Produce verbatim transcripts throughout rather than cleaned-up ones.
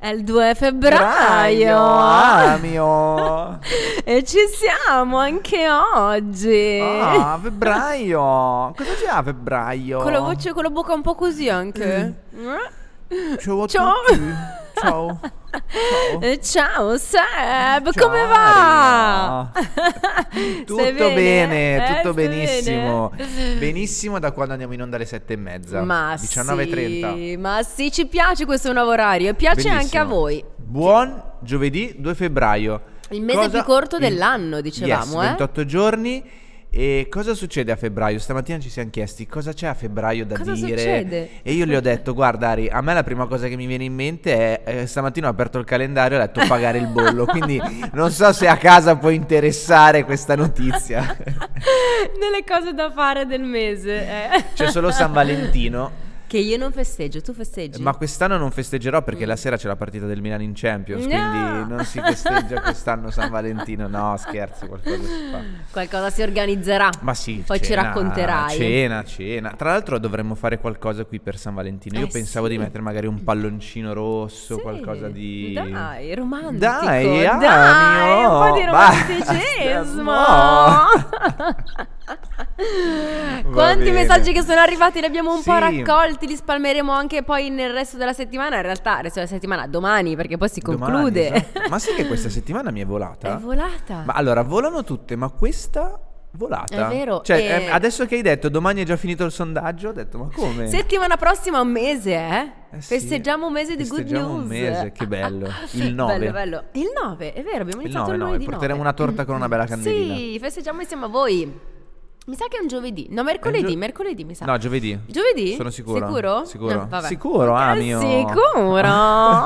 il due febbraio. Ah, mio. E ci siamo anche oggi. Ah, febbraio. Cosa c'è a febbraio? Con la voce, con la bocca un po' così anche. Mm. Ciao a Ciao. tutti. Ciao. Ciao. Eh, Ciao Seb, Ciao, come va? Tutto Stai bene, Eh, tutto stai benissimo. bene? Benissimo da quando andiamo in onda alle sette e mezza. Ma diciannove e trenta. sì, ma sì, ci piace questo nuovo orario e piace Benissimo. anche a voi. Buon giovedì due febbraio. Il mese Cosa- più corto il- dell'anno, dicevamo, yes, eh? ventotto giorni. E cosa succede a febbraio? Stamattina ci siamo chiesti cosa c'è a febbraio da Cosa dire. succede? E io gli ho detto: guarda Ari, a me la prima cosa che mi viene in mente è eh, stamattina ho aperto il calendario e ho detto pagare il bollo. Quindi non so se a casa può interessare questa notizia. Nelle cose da fare del mese, eh. C'è solo San Valentino. Che io non festeggio, tu festeggi? Ma quest'anno non festeggerò perché la sera c'è la partita del Milan in Champions. No. Quindi non si festeggia quest'anno San Valentino. No, scherzo, qualcosa si fa. Qualcosa si organizzerà. Ma sì, Poi ci cena, racconterai. Cena, cena. Tra l'altro dovremmo fare qualcosa qui per San Valentino. Io Eh, pensavo sì. di mettere magari un palloncino rosso, Sì, qualcosa di... Dai, romantico. Dai, ah, Dai, mio, un po' di basta, romanticismo. no. Quanti bene. messaggi che sono arrivati, li abbiamo un po' Sì. raccolti, li spalmeremo anche poi nel resto della settimana. In realtà, il resto della settimana, domani, perché poi si Domani, conclude. esatto. Ma sai che questa settimana mi è volata? È volata. Ma allora, volano tutte, ma questa volata. È vero, Cioè, e- eh, adesso che hai detto domani è già finito il sondaggio, ho detto ma come? Settimana prossima un mese, eh? Eh sì, Festeggiamo un mese di good festeggiamo news. un mese, che bello. Il nove. Bello, bello. Il nove, è vero, abbiamo Il iniziato nove, il no, lunedì porteremo nove. una torta con una bella candelina. Sì, festeggiamo insieme a voi. Mi sa che è un giovedì. No, mercoledì, È un gio- mercoledì mi sa. No, giovedì. Giovedì? Sono sicuro. Sicuro? Sicuro. No, vabbè. Sicuro, ah, Eh, mio. Sicuro.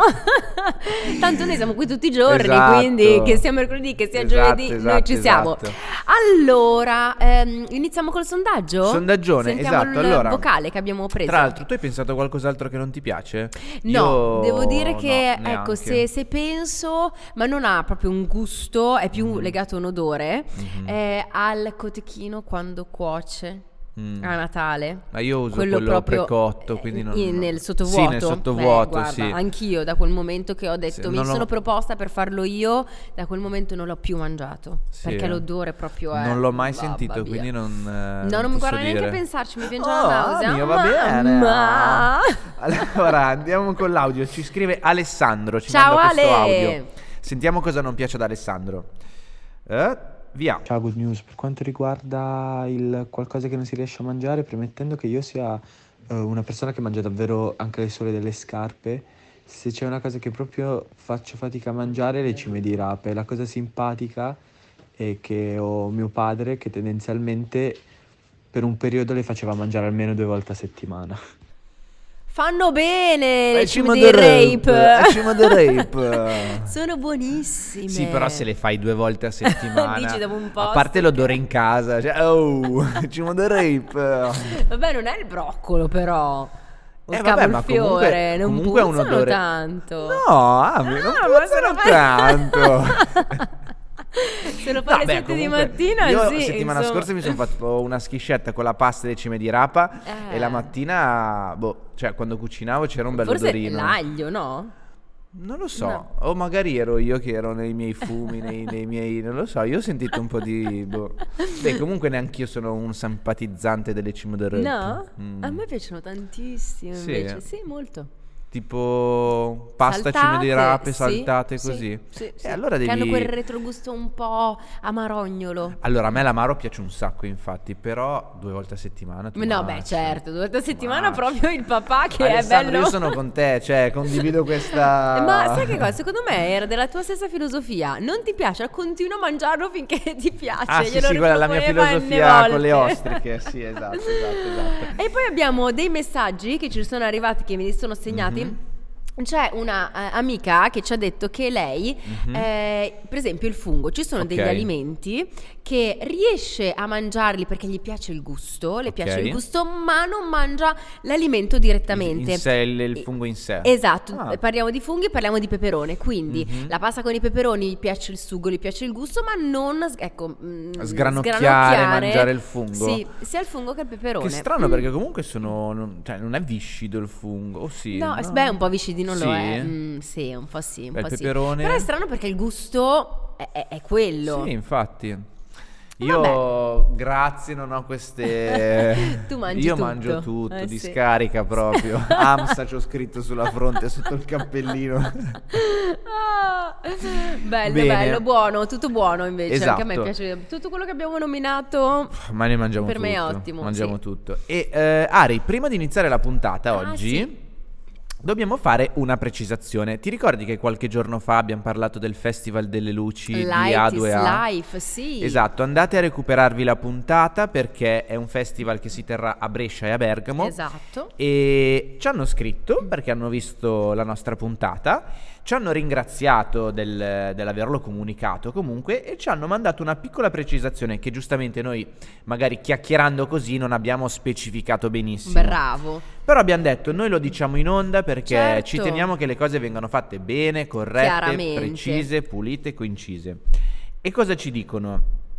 Tanto noi siamo qui tutti i giorni, Esatto. quindi che sia mercoledì, che sia Esatto, giovedì, noi esatto, ci siamo. esatto. Allora, ehm, iniziamo col sondaggio? Sondaggione, Sentiamo esatto, il allora. vocale che abbiamo preso. Tra l'altro, tu hai pensato a qualcos'altro che non ti piace? No, Io- devo dire che, no, ecco, neanche. se, se penso, ma non ha proprio un gusto, è più legato a un odore, Mhm. è al cotechino quando cuoce. Mm. A Natale. Ma io uso quello, precotto, quindi non... in- nel sottovuoto. Sì, nel sottovuoto, Beh, guarda, sì. anch'io da quel momento che ho detto Sì, mi non sono l'ho- proposta per farlo io, da quel momento non l'ho più mangiato, Sì, perché eh. l'odore proprio è Non l'ho mai mamma sentito, mia. quindi non eh, No, non ti mi so guarda neanche dire. a pensarci, mi viene già Oh, la nausea. mio, va bene. Mamma. Allora, andiamo con l'audio. Ci scrive Alessandro, ci Ciao, manda questo Ale. audio. Sentiamo cosa non piace ad Alessandro. Eh, via. Ciao Good News, per quanto riguarda il qualcosa che non si riesce a mangiare, premettendo che io sia eh, una persona che mangia davvero anche le sole delle scarpe, se c'è una cosa che proprio faccio fatica a mangiare, le cime di rape. La cosa simpatica è che ho mio padre che tendenzialmente per un periodo le faceva mangiare almeno due volte a settimana. Fanno bene le Eh, cime di del rape. eh, cime del rape. Sono buonissime. Sì, però se le fai due volte a settimana. Dici dopo un po'. A parte l'odore in casa, cioè, oh, cime del rape. Vabbè, non è il broccolo però. O Eh, il vabbè, ma cavolfiore, comunque- non comunque è un puzzano odore- tanto. No, Ami, non Ah, ma puzzano sono- tanto. Se lo fai alle Vabbè, sette di comunque, mattina, io sì, settimana insomma. scorsa mi sono fatto una schiscetta con la pasta e le cime di rapa Eh. e la mattina, boh, cioè quando cucinavo c'era un Forse bell'odorino. l'aglio, no? Non lo so, No. o magari ero io che ero nei miei fumi, nei, nei miei, non lo so, io ho sentito un po' di, boh. Beh, comunque neanche io sono un simpatizzante delle cime del rape. No? Mm. A me piacciono tantissimo Sì. invece. Sì, molto. Tipo pasta, Saltate, cime di rape, sì, saltate sì, così. sì, sì. E allora Che devi... hanno quel retrogusto un po' amarognolo. Allora, a me l'amaro piace un sacco, infatti, però due volte a settimana. too No, much. beh, certo, due volte a Too settimana much. proprio il papà che Alessandro, è bello. io sono con te, cioè, condivido questa... Ma sai che cosa? Secondo me era della tua stessa filosofia. Non ti piace, continua a mangiarlo finché ti piace. Ah, sì, Glielo sì, quella è la mia riproponeva filosofia N con le volte. ostriche. Sì, esatto, esatto, esatto. E poi abbiamo dei messaggi che ci sono arrivati, che me li sono segnati. Mhm. C'è una eh, amica che ci ha detto che lei, Mhm. eh, per esempio il fungo, ci sono Ok. degli alimenti che riesce a mangiarli perché gli piace il gusto, le Ok. piace il gusto, ma non mangia l'alimento direttamente. In sé, il, il fungo in sé. Esatto, Ah. parliamo di funghi, parliamo di peperone, quindi Mhm. la pasta con i peperoni gli piace il sugo, gli piace il gusto, ma non ecco, mm, Sgranocchiare, mangiare il fungo. Sì, sia il fungo che il peperone. Che strano Mm. perché comunque sono... Non, cioè, non è viscido il fungo, o sì? No, beh, è un po' viscidino non Sì? lo è? Mm, sì, un po' sì, un Beh, po' il sì. peperone? Però è strano perché il gusto è, è- è quello. Sì, infatti. Io, grazie, non ho queste... Tu mangi Io tutto. mangio tutto, Eh, di sì. scarica proprio. Amsa c'ho scritto sulla fronte sotto il cappellino. Ah, bello, Bene. bello, buono, tutto buono invece. Anche a me Esatto. piace. Tutto quello che abbiamo nominato. Ma ne mangiamo Per tutto. me è ottimo, Mangiamo sì. tutto. E eh, Ari, prima di iniziare la puntata Ah, oggi... sì. Dobbiamo fare una precisazione. Ti ricordi che qualche giorno fa abbiamo parlato del Festival delle Luci di Light A is due A? life, sì. Esatto, andate a recuperarvi la puntata perché è un festival che si terrà a Brescia e a Bergamo. Esatto. E ci hanno scritto perché hanno visto la nostra puntata, ci hanno ringraziato del- dell'averlo comunicato comunque e ci hanno mandato una piccola precisazione che giustamente noi magari chiacchierando così non abbiamo specificato benissimo. Bravo. Però abbiamo detto, noi lo diciamo in onda perché Certo. ci teniamo che le cose vengano fatte bene, corrette, Chiaramente. precise, pulite, coincise. E cosa ci dicono?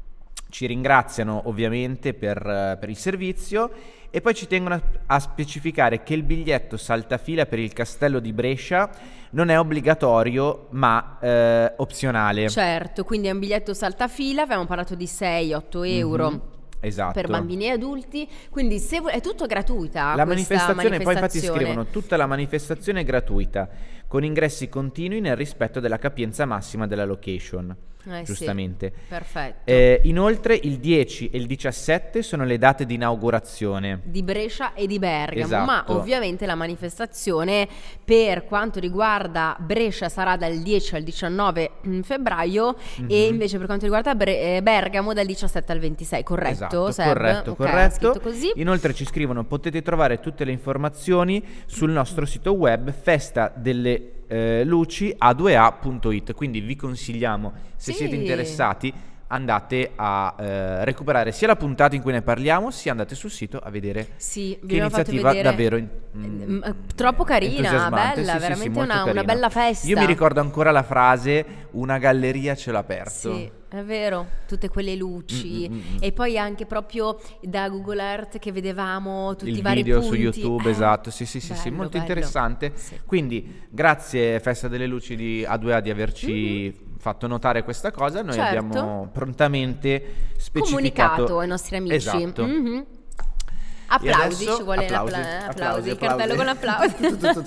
Ci ringraziano ovviamente per, eh, per il servizio e poi ci tengono a, a specificare che il biglietto saltafila per il castello di Brescia non è obbligatorio ma eh, opzionale. Certo, quindi è un biglietto saltafila, avevamo parlato di sei otto euro. Mhm. Esatto. Per bambini e adulti, quindi se vo- è tutto gratuita La questa manifestazione, poi infatti manifestazione. scrivono tutta la manifestazione è gratuita, con ingressi continui nel rispetto della capienza massima della location, Eh sì, giustamente. perfetto. Eh, inoltre il dieci e il diciassette sono le date di inaugurazione. Di Brescia e di Bergamo, Esatto. ma ovviamente la manifestazione per quanto riguarda Brescia sarà dal dieci al diciannove febbraio e invece per quanto riguarda Bre- eh, Bergamo dal diciassette al ventisei, corretto? Esatto, Seb? corretto, Ok, corretto. scritto così. Inoltre ci scrivono potete trovare tutte le informazioni sul nostro sito web festa delle eh, luci a due a punto it, quindi vi consigliamo, se Sì. siete interessati, andate a eh, recuperare sia la puntata in cui ne parliamo, sia andate sul sito a vedere Sì, vi che abbiamo fatto iniziativa vedere. davvero in- Mm, mm, troppo carina, entusiasmante. bella, Sì, sì, sì, veramente molto una, una carina. bella festa. Io mi ricordo ancora la frase una galleria a cielo aperto. Sì, è vero, tutte quelle luci Mm, mm, mm, mm. e poi anche proprio da Google Earth che vedevamo tutti Il i vari video punti. su YouTube, Eh, esatto, sì sì sì, sì, bello, molto bello. interessante. Sì. Quindi grazie Festa delle Luci di A due A di averci fatto notare questa cosa, noi Certo. abbiamo prontamente specificato Comunicato ai nostri amici. Esatto. Mhm. Applausi, adesso- ci vuole applausi, applausi, applausi, il cartello con applausi.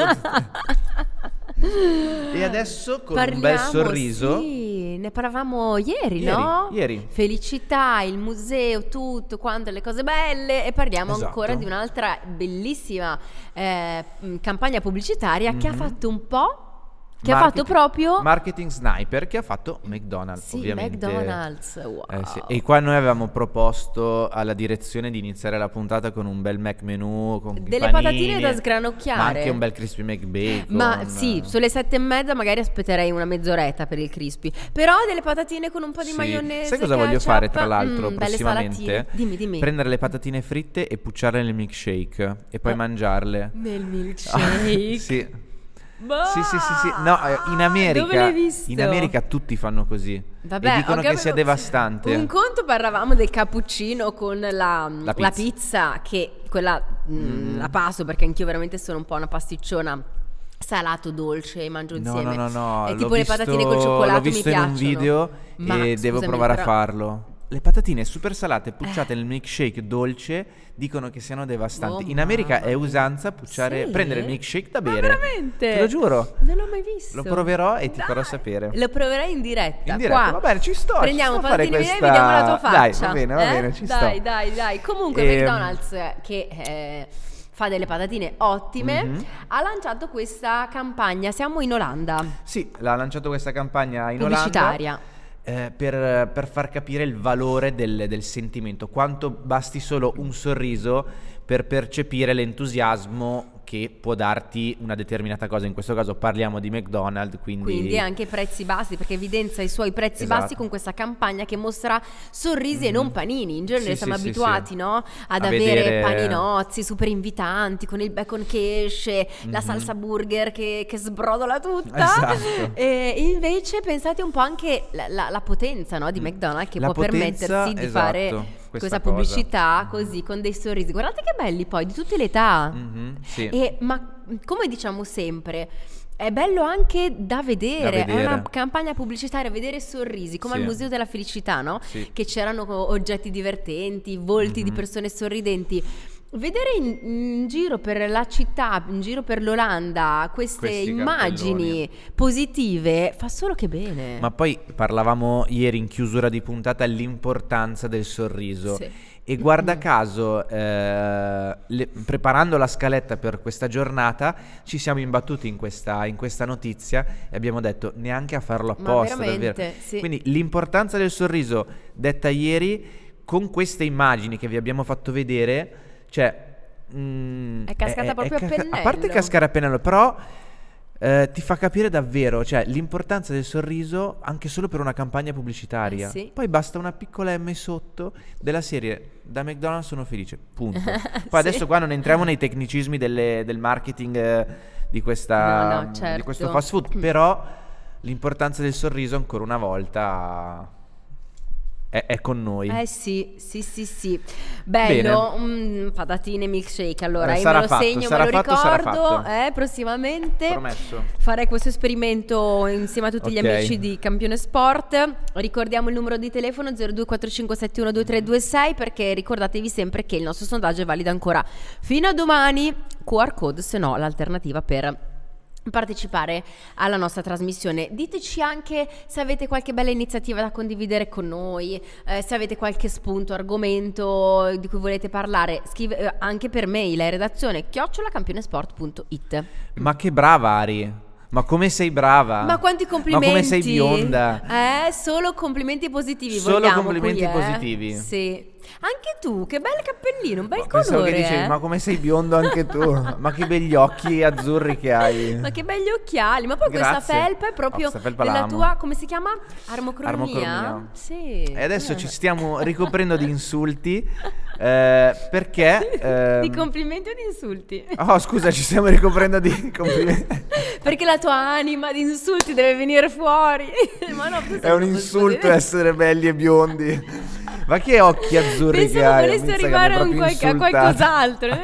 E adesso con Parliamo, un bel sorriso sì, ne parlavamo ieri, Ieri, no? ieri. Felicità, il museo, tutto quanto, le cose belle e parliamo Esatto. ancora di un'altra bellissima eh, mh, campagna pubblicitaria che ha Mhm. fatto un po', che ha Marketing- fatto proprio... Marketing Sniper che ha fatto McDonald's, Sì, ovviamente. McDonald's, wow. Eh sì, e qua noi avevamo proposto alla direzione di iniziare la puntata con un bel Mac menù, con i Delle panini, patatine da sgranocchiare. ma anche un bel crispy McBacon. Ma sì, sulle sette e mezza magari aspetterei una mezz'oretta per il crispy. Però delle patatine con un po' di Sì. maionese. Sai cosa voglio ketchup, fare tra l'altro mm, belle prossimamente? salatine. Dimmi, dimmi. Prendere le patatine fritte e pucciarle nel milkshake e poi Ah. mangiarle. Nel milkshake. Sì. Bah! Sì, sì, sì, sì. No, eh, in America, Dove l'hai visto? in America tutti fanno così. Vabbè, e dicono ho che capito. sia devastante. Un conto parlavamo del cappuccino con la, La la pizza. pizza. Che quella mm, Mm. la passo perché anch'io veramente sono un po' una pasticciona. Salato, dolce, mangio No, insieme. no, no, no. E l'ho tipo le visto- patatine col cioccolato l'ho visto mi in piacciono. un video Ma, e devo scusami, provare però- a farlo. Le patatine super salate pucciate nel milkshake dolce dicono che siano devastanti. Oh, in America mamma è mia. usanza pucciare, Sì? prendere il milkshake da Ma bere. veramente? Te lo giuro. Non l'ho mai visto. Lo proverò e ti Dai, farò sapere. Lo proverai in diretta. In diretta, qua. va bene, ci sto, ci Prendiamo sto a fare patatine miei e questa- vediamo la tua Dai, faccia. va bene, va eh? bene, ci dai, sto. Dai, dai, Comunque Ehm. McDonald's che eh, fa delle patatine ottime Mhm. ha lanciato questa campagna. Siamo in Olanda. Sì, l'ha lanciato questa campagna in Pubblicitaria. Olanda eh, per, per far capire il valore del, del sentimento, quanto basti solo un sorriso per percepire l'entusiasmo che può darti una determinata cosa. In questo caso parliamo di McDonald's, quindi, Quindi anche prezzi bassi, perché evidenzia i suoi prezzi Esatto. bassi con questa campagna che mostra sorrisi e non panini. In genere Sì, siamo sì, sì, abituati, sì. no? Ad A avere vedere- paninozzi super invitanti con il bacon che esce, la Mhm. salsa burger che, che sbrodola tutta. Esatto. E invece pensate un po' anche la, la- la potenza, no, di McDonald's che La può potenza, permettersi di esatto, fare questa questa cosa. pubblicità così con dei sorrisi. Guardate che belli poi, di tutte le età. Mhm, sì. E, ma come diciamo sempre, è bello anche da vedere, Da vedere. è una campagna pubblicitaria, vedere sorrisi, come Sì. al Museo della Felicità, no? Sì. Che c'erano oggetti divertenti, volti di Mhm. persone sorridenti. Vedere in, in giro per la città, in giro per l'Olanda, queste Questi immagini positive fa solo che bene. Ma poi parlavamo ieri in chiusura di puntata dell'importanza del sorriso. Sì. E guarda caso, eh, le- preparando la scaletta per questa giornata, ci siamo imbattuti in questa, in questa notizia e abbiamo detto neanche a farlo Ma apposta, veramente, davvero. sì. Quindi l'importanza del sorriso detta ieri con queste immagini che vi abbiamo fatto vedere, cioè... mm, È cascata proprio a casca- pennello. A parte cascare a pennello, però... eh, ti fa capire davvero, cioè, l'importanza del sorriso anche solo per una campagna pubblicitaria. Eh sì. Poi basta una piccola M sotto della serie da McDonald's sono felice, punto. Poi Sì. adesso qua non entriamo nei tecnicismi delle- del marketing eh, di, questa, No, no, di certo. questo fast food, però l'importanza del sorriso ancora una volta è, è con noi. Eh sì, sì, sì, sì. Bello, mm, patatine milkshake. Allora, Eh, io sarà me lo fatto, segno, sarà me lo fatto, sarà ricordo. fatto. Eh, prossimamente Promesso. farei questo esperimento insieme a tutti gli Ok. amici di Campione Sport. Ricordiamo il numero di telefono zero due quattro cinque sette uno due tre due sei, perché ricordatevi sempre che il nostro sondaggio è valido ancora fino a domani. Q R code, se no l'alternativa per partecipare alla nostra trasmissione. Diteci anche se avete qualche bella iniziativa da condividere con noi, eh, se avete qualche spunto, argomento di cui volete parlare, scrive eh, anche per mail a redazione chiocciola campionesport punto it. Ma che brava Ari, ma come sei brava. Ma quanti complimenti! Ma come sei bionda. Eh, solo complimenti positivi Solo vogliamo complimenti qui, eh? positivi. Sì. Anche tu, che bel cappellino, un bel Pensavo colore, che dicevi, eh? ma come sei biondo anche tu? Ma che begli occhi azzurri che hai. Ma che belli occhiali, ma poi questa Grazie. felpa è proprio No, questa felpa la della amo. tua, come si chiama? Armocromia? Armocromia. Sì. E adesso Eh. ci stiamo ricoprendo di insulti eh, perché... ehm, Di complimenti o di insulti? Oh scusa, ci stiamo ricoprendo di complimenti. Perché la tua anima di insulti deve venire fuori. Ma no, È un insulto essere belli e biondi. Ma che occhi azzurri che Pensavo hai. volessi Minza, che arrivare mi a, hai un proprio qualche- a insultato. qualcos'altro.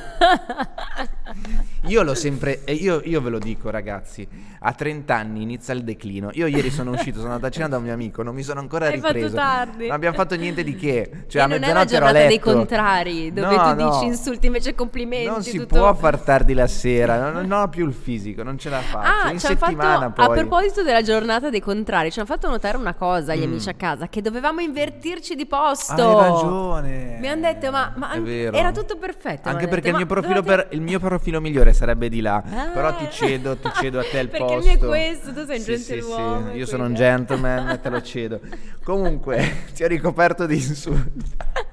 Io l'ho sempre, e io, io ve lo dico ragazzi, a trenta anni inizia il declino. Io ieri sono uscito, sono andato a cena da un mio amico, non mi sono ancora Hai fatto ripreso. tardi. Non abbiamo fatto niente di che. Cioè E a non è la mezzanotte ero a giornata dei letto. contrari, dove No, tu no. dici insulti invece complimenti. Non si tutto... può far tardi la sera, non, non ho più il fisico, non ce la faccio. Ah, In ci hanno settimana fatto, a poi. proposito della giornata dei contrari, ci hanno fatto notare una cosa gli Mm. amici a casa, che dovevamo invertirci di posto. Hai ragione. Mi hanno detto, ma, ma È an- vero. era tutto perfetto. Anche mi hanno perché il detto, mio, ma profilo dovete- per- il mio profilo migliore sarebbe di là. Ah. Però ti cedo, ti cedo a te il Perché posto. il mio è questo, tu sei un Sì, sì, gentiluomo, sì, e io sono un quindi- gentleman e te lo cedo. Comunque, ti ho ricoperto di insulti.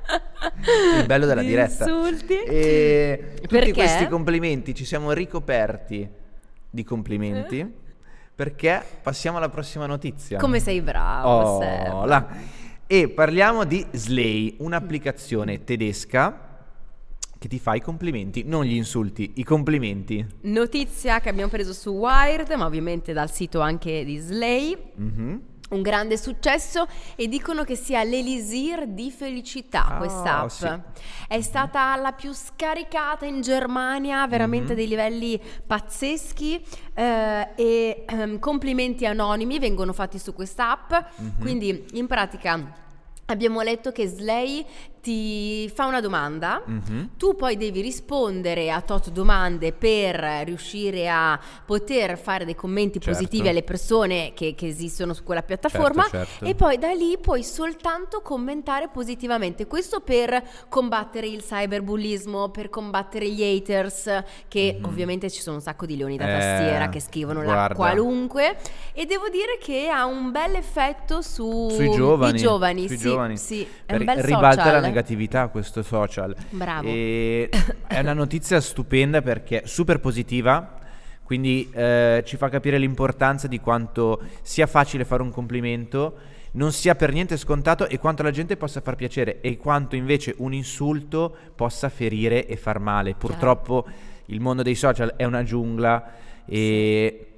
Il bello della Di diretta. insulti. E tutti Perché? questi complimenti ci siamo ricoperti di complimenti perché passiamo alla prossima notizia. Come sei bravo, Oh, Seb. là. E parliamo di Slay, un'applicazione tedesca che ti fa i complimenti, non gli insulti, i complimenti. Notizia che abbiamo preso su Wired, ma ovviamente dal sito anche di Slay. Mhm. Un grande successo, e dicono che sia l'elisir di felicità Ah, questa app. sì. È stata la più scaricata in Germania, veramente Mhm. dei livelli pazzeschi, eh, e ehm, complimenti anonimi vengono fatti su questa app. Mhm. Quindi in pratica abbiamo letto che Slay ti fa una domanda, Mhm. tu poi devi rispondere a tot domande per riuscire a poter fare dei commenti Certo. positivi alle persone che, che esistono su quella piattaforma, Certo, certo. e poi da lì puoi soltanto commentare positivamente. Questo per combattere il cyberbullismo, per combattere gli haters, che Mhm. ovviamente ci sono un sacco di leoni da Eh, tastiera che scrivono la guarda. qualunque, e devo dire che ha un bel effetto su Sui giovani, i giovani, sui sì, giovani. sì, è Per- un bel ribalta social. la negatività questo social. Bravo. E è una notizia stupenda perché è super positiva, quindi eh, ci fa capire l'importanza di quanto sia facile fare un complimento, non sia per niente scontato, e quanto la gente possa far piacere, e quanto invece un insulto possa ferire e far male. Purtroppo il mondo dei social è una giungla, e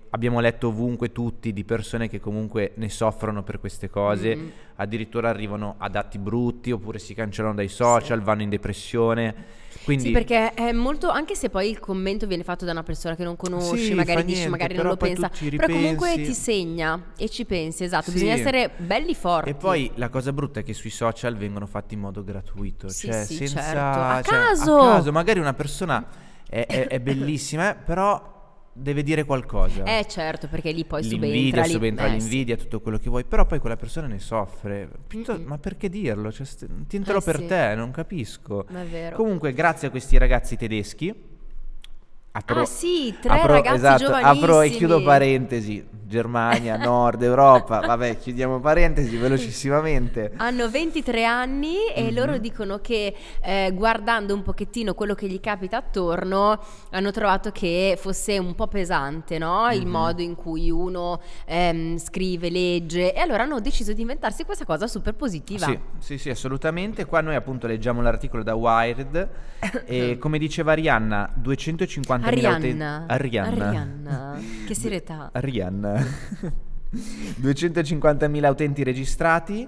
abbiamo letto ovunque tutti di persone che comunque ne soffrono per queste cose, mm-hmm. addirittura arrivano a dati brutti oppure si cancellano dai social, sì. vanno in depressione. Quindi... Sì, perché è molto, anche se poi il commento viene fatto da una persona che non conosci, sì, magari dici, niente, magari non lo pensa, però comunque ti segna e ci pensi, esatto, sì. bisogna essere belli forti. E poi la cosa brutta è che sui social vengono fatti in modo gratuito, sì, cioè sì, senza... certo. A cioè, caso! A caso, magari una persona è, è, è bellissima, però... deve dire qualcosa. Eh certo, perché lì poi l'invidia, subentra subentra eh, l'invidia, sì. tutto quello che vuoi, però poi quella persona ne soffre. Piuttosto, Mm-mm. ma perché dirlo? Cioè, st- tientelo eh, per sì. te, non capisco. È vero. Comunque, grazie a questi ragazzi tedeschi. Apro, ah sì, tre apro, ragazzi esatto, giovanissimi. Apro e chiudo parentesi. Germania, Nord Europa, vabbè, chiudiamo parentesi velocissimamente. Hanno ventitré anni e mm-hmm. loro dicono che eh, guardando un pochettino quello che gli capita attorno hanno trovato che fosse un po' pesante, no? Il mm-hmm. modo in cui uno ehm, scrive, legge, e allora hanno deciso di inventarsi questa cosa super positiva. Sì, sì, sì, assolutamente. Qua noi appunto leggiamo l'articolo da Wired e come diceva Arianna, duecentocinquantamila utenti. Arianna. Arianna. Che serietà. Arianna. duecentocinquantamila utenti registrati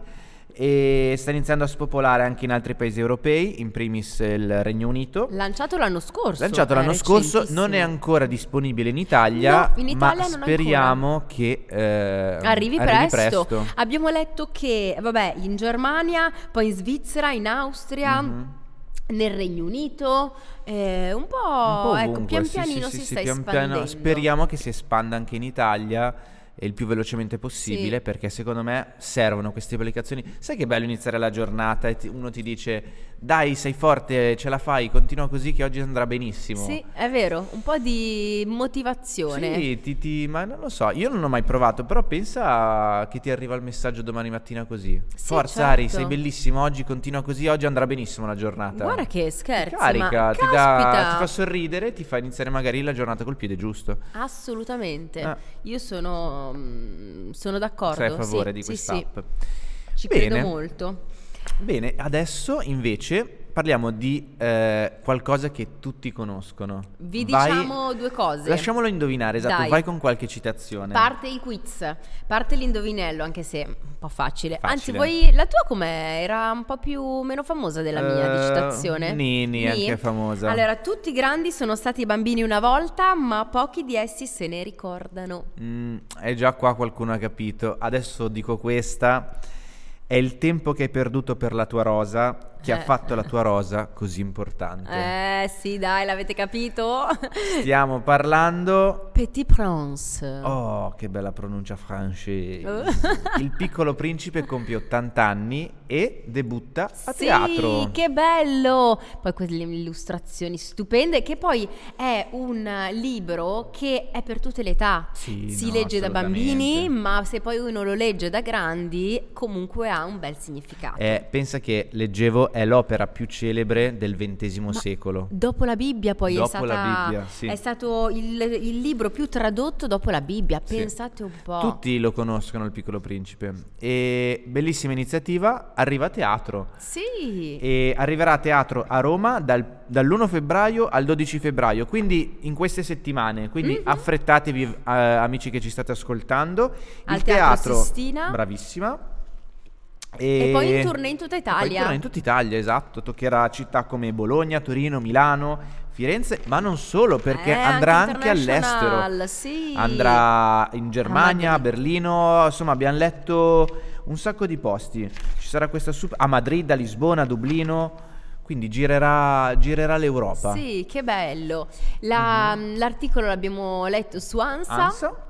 e sta iniziando a spopolare anche in altri paesi europei, in primis il Regno Unito. Lanciato l'anno scorso. Lanciato l'anno scorso, non è ancora disponibile in Italia, no, in Italia ma non speriamo ancora. che eh, arrivi, arrivi presto. presto. Abbiamo letto che, vabbè, in Germania, poi in Svizzera, in Austria. Mm-hmm. Nel Regno Unito, eh, un po', un po' ecco, pian sì, pianino sì, si sì, sta pian espandendo. Piano, speriamo che si espanda anche in Italia e il più velocemente possibile, sì. perché secondo me servono queste applicazioni. Sai che bello iniziare la giornata e ti, uno ti dice dai, sei forte, ce la fai, continua così che oggi andrà benissimo. Sì, è vero, un po' di motivazione. Sì, ti, ti, ma non lo so, io non ho mai provato, però pensa che ti arriva il messaggio domani mattina così. Sì, Forza certo. Ari, sei bellissimo, oggi continua così, oggi andrà benissimo la giornata. Guarda che scherzi, ti carica, ma ti, dà, ti fa sorridere, ti fa iniziare magari la giornata col piede giusto. Assolutamente, ah. io sono, sono d'accordo. Sei a favore sì, di sì, quest'app. Sì. Ci Bene. credo molto. Bene, adesso invece parliamo di eh, qualcosa che tutti conoscono. Vi vai, diciamo due cose. Lasciamolo indovinare, esatto, Dai. vai con qualche citazione. Parte il quiz, parte l'indovinello, anche se un po' facile. facile. Anzi, voi, la tua com'è? Era un po' più meno famosa della mia uh, di citazione? Nini, anche famosa. Allora, tutti grandi sono stati bambini una volta, ma pochi di essi se ne ricordano. Mm, è già qua qualcuno ha capito. Adesso dico questa. È il tempo che hai perduto per la tua rosa che eh. ha fatto la tua rosa così importante. Eh sì, dai, l'avete capito? Stiamo parlando Petit Prince. Oh, che bella pronuncia francese. Il Piccolo Principe compie ottanta anni e debutta a sì, teatro. Sì, che bello! Poi quelle illustrazioni stupende, che poi è un libro che è per tutte le età. Sì, si no, legge da bambini, ma se poi uno lo legge da grandi, comunque ha un bel significato. Eh, pensa che leggevo, è l'opera più celebre del ventesimo ma secolo. Dopo la Bibbia poi dopo è stata la Bibbia, sì. È stato il, il libro più tradotto dopo la Bibbia, sì. Pensate un po'. Tutti lo conoscono, il Piccolo Principe. E bellissima iniziativa, arriva a teatro. Sì. E arriverà a teatro a Roma dal, dall'primo febbraio al dodici febbraio, quindi in queste settimane, quindi mm-hmm. affrettatevi eh, amici che ci state ascoltando. Al il Teatro teatro, Sistina. Bravissima. E, e poi in tournée in tutta Italia. Poi in tournée in tutta Italia, esatto. Toccherà città come Bologna, Torino, Milano, Firenze, ma non solo, perché eh, andrà anche, anche all'estero. Sì. Andrà in Germania, a Berlino, insomma abbiamo letto un sacco di posti. Ci sarà questa super... a Madrid, a Lisbona, a Dublino. Quindi girerà, girerà l'Europa. Sì, che bello. La, mm-hmm. L'articolo l'abbiamo letto su ANSA. ANSA.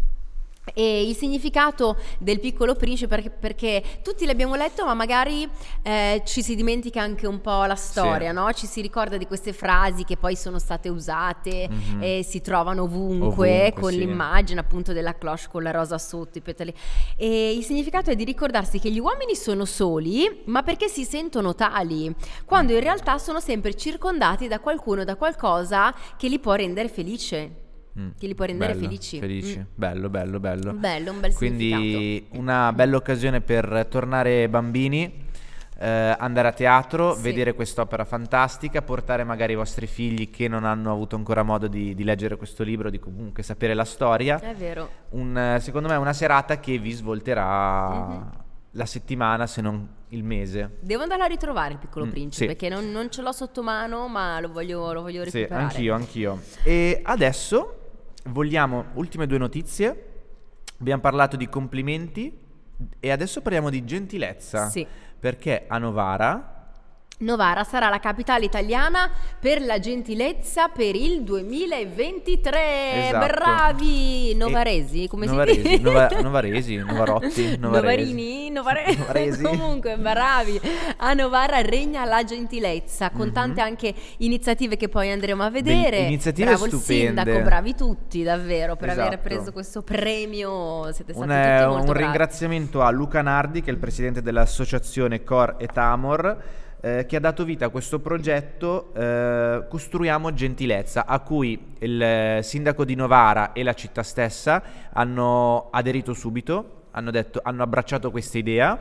E il significato del Piccolo Principe, perché, perché tutti l'abbiamo letto, ma magari eh, ci si dimentica anche un po' la storia, sì. no? Ci si ricorda di queste frasi che poi sono state usate mm-hmm. e si trovano ovunque, ovunque con sì. l'immagine appunto della cloche con la rosa sotto, i petali. E il significato è di ricordarsi che gli uomini sono soli, ma perché si sentono tali, quando in realtà sono sempre circondati da qualcuno, da qualcosa che li può rendere felice. Che li può rendere bello, felici. felici. Mm. Bello, bello, bello. Bello, un bel Quindi significato. una bella occasione per tornare bambini. eh, andare a teatro, Sì. vedere quest'opera fantastica, portare magari i vostri figli che non hanno avuto ancora modo di, di leggere questo libro, di comunque sapere la storia. È vero. Un, eh, secondo me è una serata che vi svolterà Mhm. la settimana, se non il mese. Devo andare a ritrovare il Piccolo Mm, Principe, sì. perché non, non ce l'ho sotto mano, ma lo voglio, lo voglio Sì, recuperare. anch'io, anch'io. E adesso vogliamo ultime due notizie. Abbiamo parlato di complimenti e adesso parliamo di gentilezza. Sì. Perché a Novara Novara sarà la capitale italiana per la gentilezza per il duemilaventitré. Esatto. Bravi! E- Novaresi, come Novaresi, si dice? Nova- Novaresi, Novarotti, Novaresi. Novarini, Novare- Novaresi. Comunque, bravi. A Novara regna la gentilezza, con Mhm. tante anche iniziative che poi andremo a vedere. Bell- iniziative Bravo il stupende. sindaco, bravi tutti, davvero, per aver Esatto. preso questo premio. Siete stati Un, eh, tutti molto un bravi. ringraziamento a Luca Nardi, che è il presidente dell'associazione Cor e Tamor, eh, che ha dato vita a questo progetto eh, Costruiamo Gentilezza, a cui il eh, sindaco di Novara e la città stessa hanno aderito subito, hanno, detto, hanno abbracciato questa idea.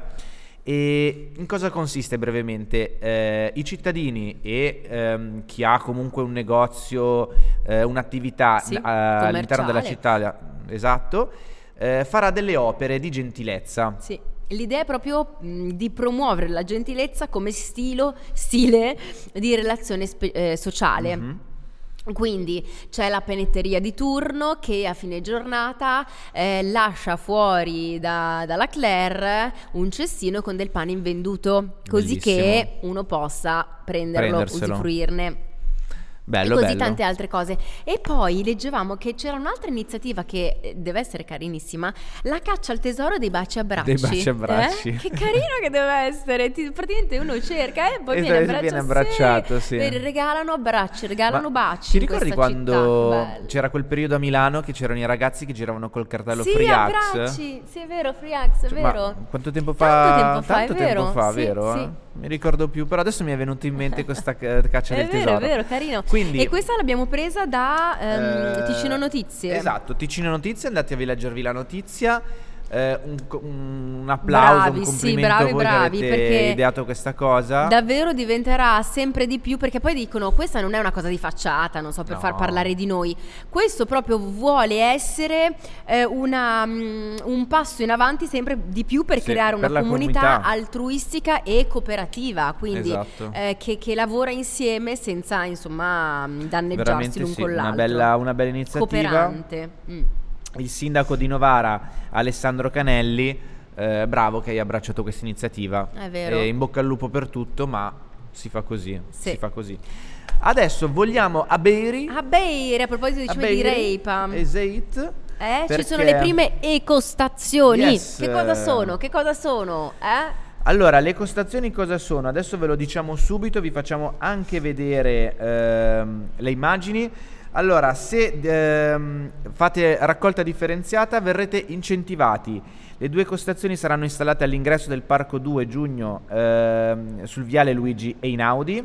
E in cosa consiste brevemente? Eh, I cittadini e ehm, chi ha comunque un negozio, eh, un'attività Sì, eh, all'interno della commerciale. città, esatto, eh, farà delle opere di gentilezza. Sì, l'idea è proprio mh, di promuovere la gentilezza come stilo, stile di relazione spe- eh, sociale. Mhm. Quindi c'è la panetteria di turno che a fine giornata eh, lascia fuori da- dalla Claire un cestino con del pane invenduto, così Bellissimo. che uno possa prenderlo, Prenderselo. usufruirne. Bello, e così bello. tante altre cose. E poi leggevamo che c'era un'altra iniziativa che eh, deve essere carinissima, la caccia al tesoro dei baci abbracci. Dei baci abbracci. Eh? Che carino che deve essere. Ti- praticamente uno cerca e poi E viene, poi abbraccia- viene abbracciato, sì. Vedi, regalano abbracci, regalano Ma baci. ti in ricordi questa quando città? Bello. c'era quel periodo a Milano che c'erano i ragazzi che giravano col cartello Sì, Free Axe? abbracci. Sì, è vero, Free Axe, è Cioè, ma vero. quanto tempo fa? Tanto tempo fa, Tanto è tempo vero. fa, Sì, vero? sì. eh? Mi ricordo più, però adesso mi è venuto in mente questa eh, caccia È del vero, tesoro. è vero, carino. Quindi, E questa l'abbiamo presa da ehm, eh, Ticino Notizie. Esatto, Ticino Notizie, andatevi a leggervi la notizia. Eh, un, co- un applauso, Bravi, un sì, complimento bravi, a voi bravi, che avete perché ideato questa cosa. Davvero diventerà sempre di più, perché poi dicono questa non è una cosa di facciata, non so, per No. far parlare di noi. Questo proprio vuole essere eh, una, mm, un passo in avanti sempre di più per Sì, creare una per la comunità, comunità. altruistica e cooperativa, quindi Esatto. eh, che, che lavora insieme senza insomma danneggiarsi Veramente l'un sì, con una l'altro. bella, una bella iniziativa. Cooperante. Mm. Il sindaco di Novara, Alessandro Canelli, eh, bravo che hai abbracciato questa iniziativa. È vero. E in bocca al lupo per tutto, ma si fa così, Sì. si fa così. Adesso vogliamo a Beiri. A Beire, a proposito di a cibo di Beiri, Reipa. Esate. Eh, ci perché- sono le prime ecostazioni. Yes. Che cosa sono? Che cosa sono? Eh? Allora, le ecostazioni cosa sono? Adesso ve lo diciamo subito, vi facciamo anche vedere ehm, le immagini. Allora, se ehm, fate raccolta differenziata verrete incentivati. Le due ecostazioni saranno installate all'ingresso del Parco due Giugno ehm, sul viale Luigi Einaudi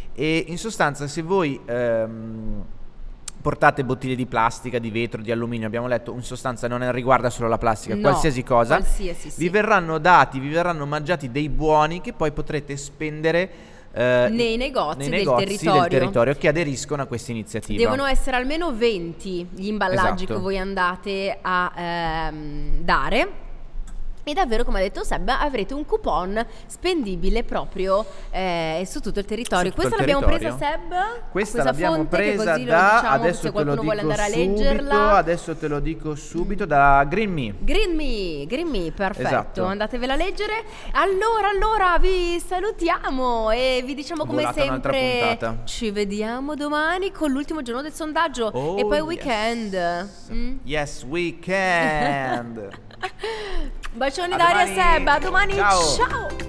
e in sostanza se voi ehm, portate bottiglie di plastica, di vetro, di alluminio, abbiamo letto, in sostanza non riguarda solo la plastica, No, qualsiasi cosa, qualsiasi, sì. vi verranno dati, vi verranno mangiati dei buoni che poi potrete spendere eh, Nei negozi nei del negozi territorio. del territorio che aderiscono a questa iniziativa. Devono essere almeno venti gli imballaggi Esatto. che voi andate a ehm, dare. E davvero, come ha detto Seb, avrete un coupon spendibile proprio eh, su tutto il territorio. Su tutto Questa il l'abbiamo territorio. presa, Seb? Questa l'abbiamo fonte, che presa così lo da, diciamo, adesso se te lo qualcuno dico vuole andare a subito, leggerla. adesso te lo dico subito, da Green Me. Green Me, Green Me, perfetto, Esatto. andatevela a leggere. Allora, allora vi salutiamo e vi diciamo come Volata un'altra sempre puntata. ci vediamo domani con l'ultimo giorno del sondaggio Oh, e poi yes. weekend. Mm? Yes, we can. Bacioni A Daria domani. Seb, a domani, Ciao. ciao.